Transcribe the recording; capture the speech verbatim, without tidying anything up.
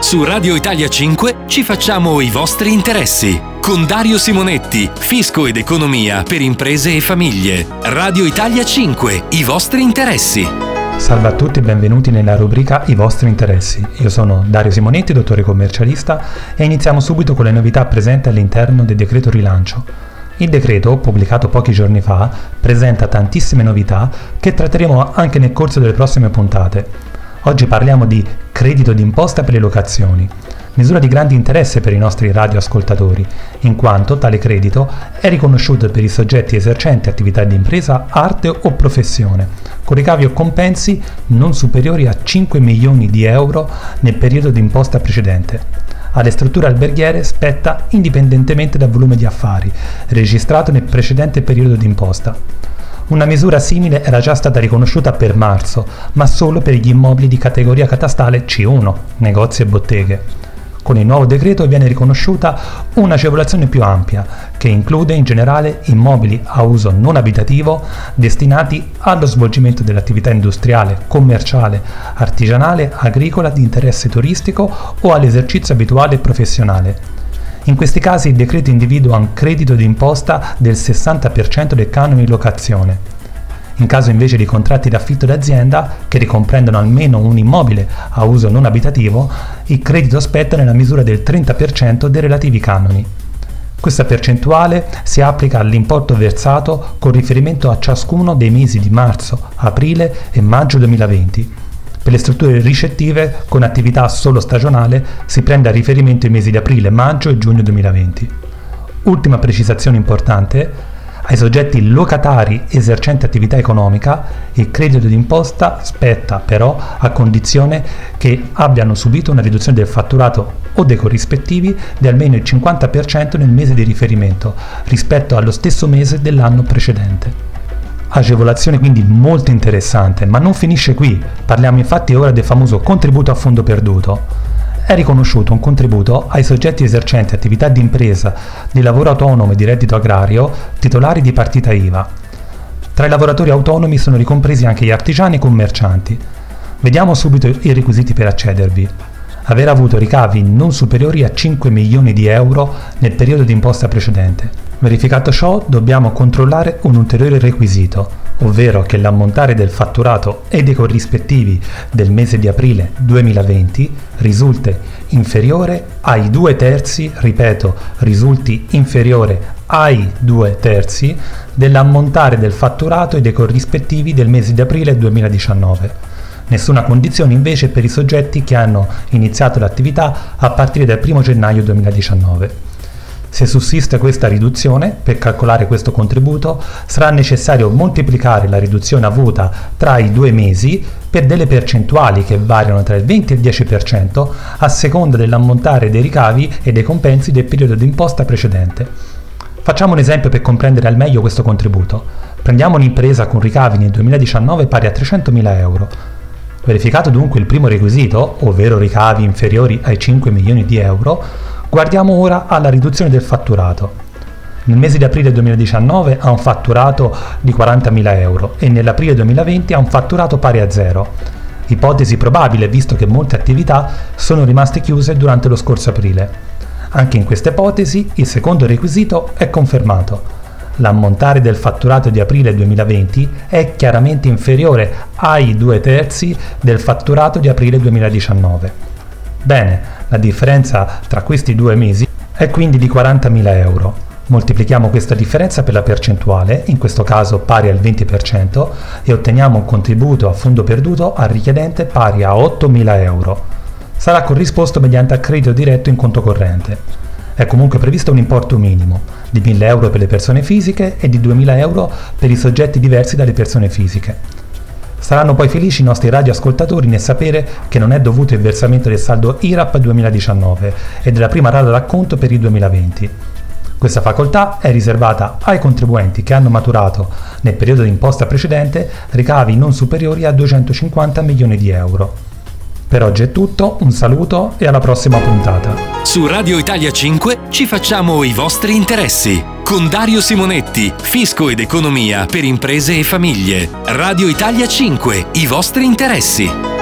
Su Radio Italia cinque ci facciamo i vostri interessi. Con Dario Simonetti, fisco ed economia per imprese e famiglie. Radio Italia cinque, i vostri interessi. Salve a tutti e benvenuti nella rubrica I vostri interessi. Io sono Dario Simonetti, dottore commercialista, e iniziamo subito con le novità presenti all'interno del decreto rilancio. Il decreto, pubblicato pochi giorni fa, presenta tantissime novità che tratteremo anche nel corso delle prossime puntate. Oggi parliamo di credito d'imposta per le locazioni, misura di grande interesse per i nostri radioascoltatori, in quanto tale credito è riconosciuto per i soggetti esercenti attività di impresa, arte o professione, con ricavi o compensi non superiori a cinque milioni di euro nel periodo d'imposta precedente. Alle strutture alberghiere spetta indipendentemente dal volume di affari registrato nel precedente periodo d'imposta. Una misura simile era già stata riconosciuta per marzo, ma solo per gli immobili di categoria catastale C uno, negozi e botteghe. Con il nuovo decreto viene riconosciuta un'agevolazione più ampia, che include in generale immobili a uso non abitativo destinati allo svolgimento dell'attività industriale, commerciale, artigianale, agricola, di interesse turistico o all'esercizio abituale e professionale. In questi casi il decreto individua un credito d'imposta del sessanta per cento del canone di locazione. In caso invece di contratti d'affitto d'azienda, che ricomprendono almeno un immobile a uso non abitativo, il credito spetta nella misura del trenta per cento dei relativi canoni. Questa percentuale si applica all'importo versato con riferimento a ciascuno dei mesi di marzo, aprile e maggio duemilaventi. Per le strutture ricettive con attività solo stagionale si prende a riferimento i mesi di aprile, maggio e giugno duemilaventi. Ultima precisazione importante: ai soggetti locatari esercenti attività economica il credito d'imposta spetta però a condizione che abbiano subito una riduzione del fatturato o dei corrispettivi di almeno il cinquanta per cento nel mese di riferimento rispetto allo stesso mese dell'anno precedente. Agevolazione quindi molto interessante, ma non finisce qui. Parliamo infatti ora del famoso contributo a fondo perduto. È riconosciuto un contributo ai soggetti esercenti attività di impresa, di lavoro autonomo e di reddito agrario, titolari di partita I V A. Tra i lavoratori autonomi sono ricompresi anche gli artigiani e i commercianti. Vediamo subito i requisiti per accedervi. Aver avuto ricavi non superiori a cinque milioni di euro nel periodo di imposta precedente. Verificato ciò, dobbiamo controllare un ulteriore requisito, ovvero che l'ammontare del fatturato e dei corrispettivi del mese di aprile duemilaventi risulti inferiore ai due terzi, ripeto, risulti inferiore ai due terzi dell'ammontare del fatturato e dei corrispettivi del mese di aprile duemiladiciannove. Nessuna condizione invece per i soggetti che hanno iniziato l'attività a partire dal primo gennaio duemiladiciannove. Se sussiste questa riduzione, per calcolare questo contributo sarà necessario moltiplicare la riduzione avuta tra i due mesi per delle percentuali che variano tra il venti e il dieci per cento a seconda dell'ammontare dei ricavi e dei compensi del periodo d'imposta precedente. Facciamo un esempio per comprendere al meglio questo contributo. Prendiamo un'impresa con ricavi nel duemiladiciannove pari a trecentomila euro. Verificato dunque il primo requisito, ovvero ricavi inferiori ai cinque milioni di euro, guardiamo ora alla riduzione del fatturato. Nel mese di aprile duemiladiciannove ha un fatturato di quarantamila euro e nell'aprile duemilaventi ha un fatturato pari a zero. Ipotesi probabile visto che molte attività sono rimaste chiuse durante lo scorso aprile. Anche in questa ipotesi il secondo requisito è confermato. L'ammontare del fatturato di aprile duemilaventi è chiaramente inferiore ai due terzi del fatturato di aprile duemiladiciannove. Bene, la differenza tra questi due mesi è quindi di quarantamila euro. Moltiplichiamo questa differenza per la percentuale, in questo caso pari al venti per cento, e otteniamo un contributo a fondo perduto al richiedente pari a ottomila euro. Sarà corrisposto mediante accredito diretto in conto corrente. È comunque previsto un importo minimo di mille euro per le persone fisiche e di duemila euro per i soggetti diversi dalle persone fisiche. Saranno poi felici i nostri radioascoltatori nel sapere che non è dovuto il versamento del saldo I R A P duemiladiciannove e della prima rata d'acconto per il duemilaventi. Questa facoltà è riservata ai contribuenti che hanno maturato nel periodo di imposta precedente ricavi non superiori a duecentocinquanta milioni di euro. Per oggi è tutto, un saluto e alla prossima puntata. Su Radio Italia cinque ci facciamo i vostri interessi. Con Dario Simonetti, fisco ed economia per imprese e famiglie. Radio Italia cinque, i vostri interessi.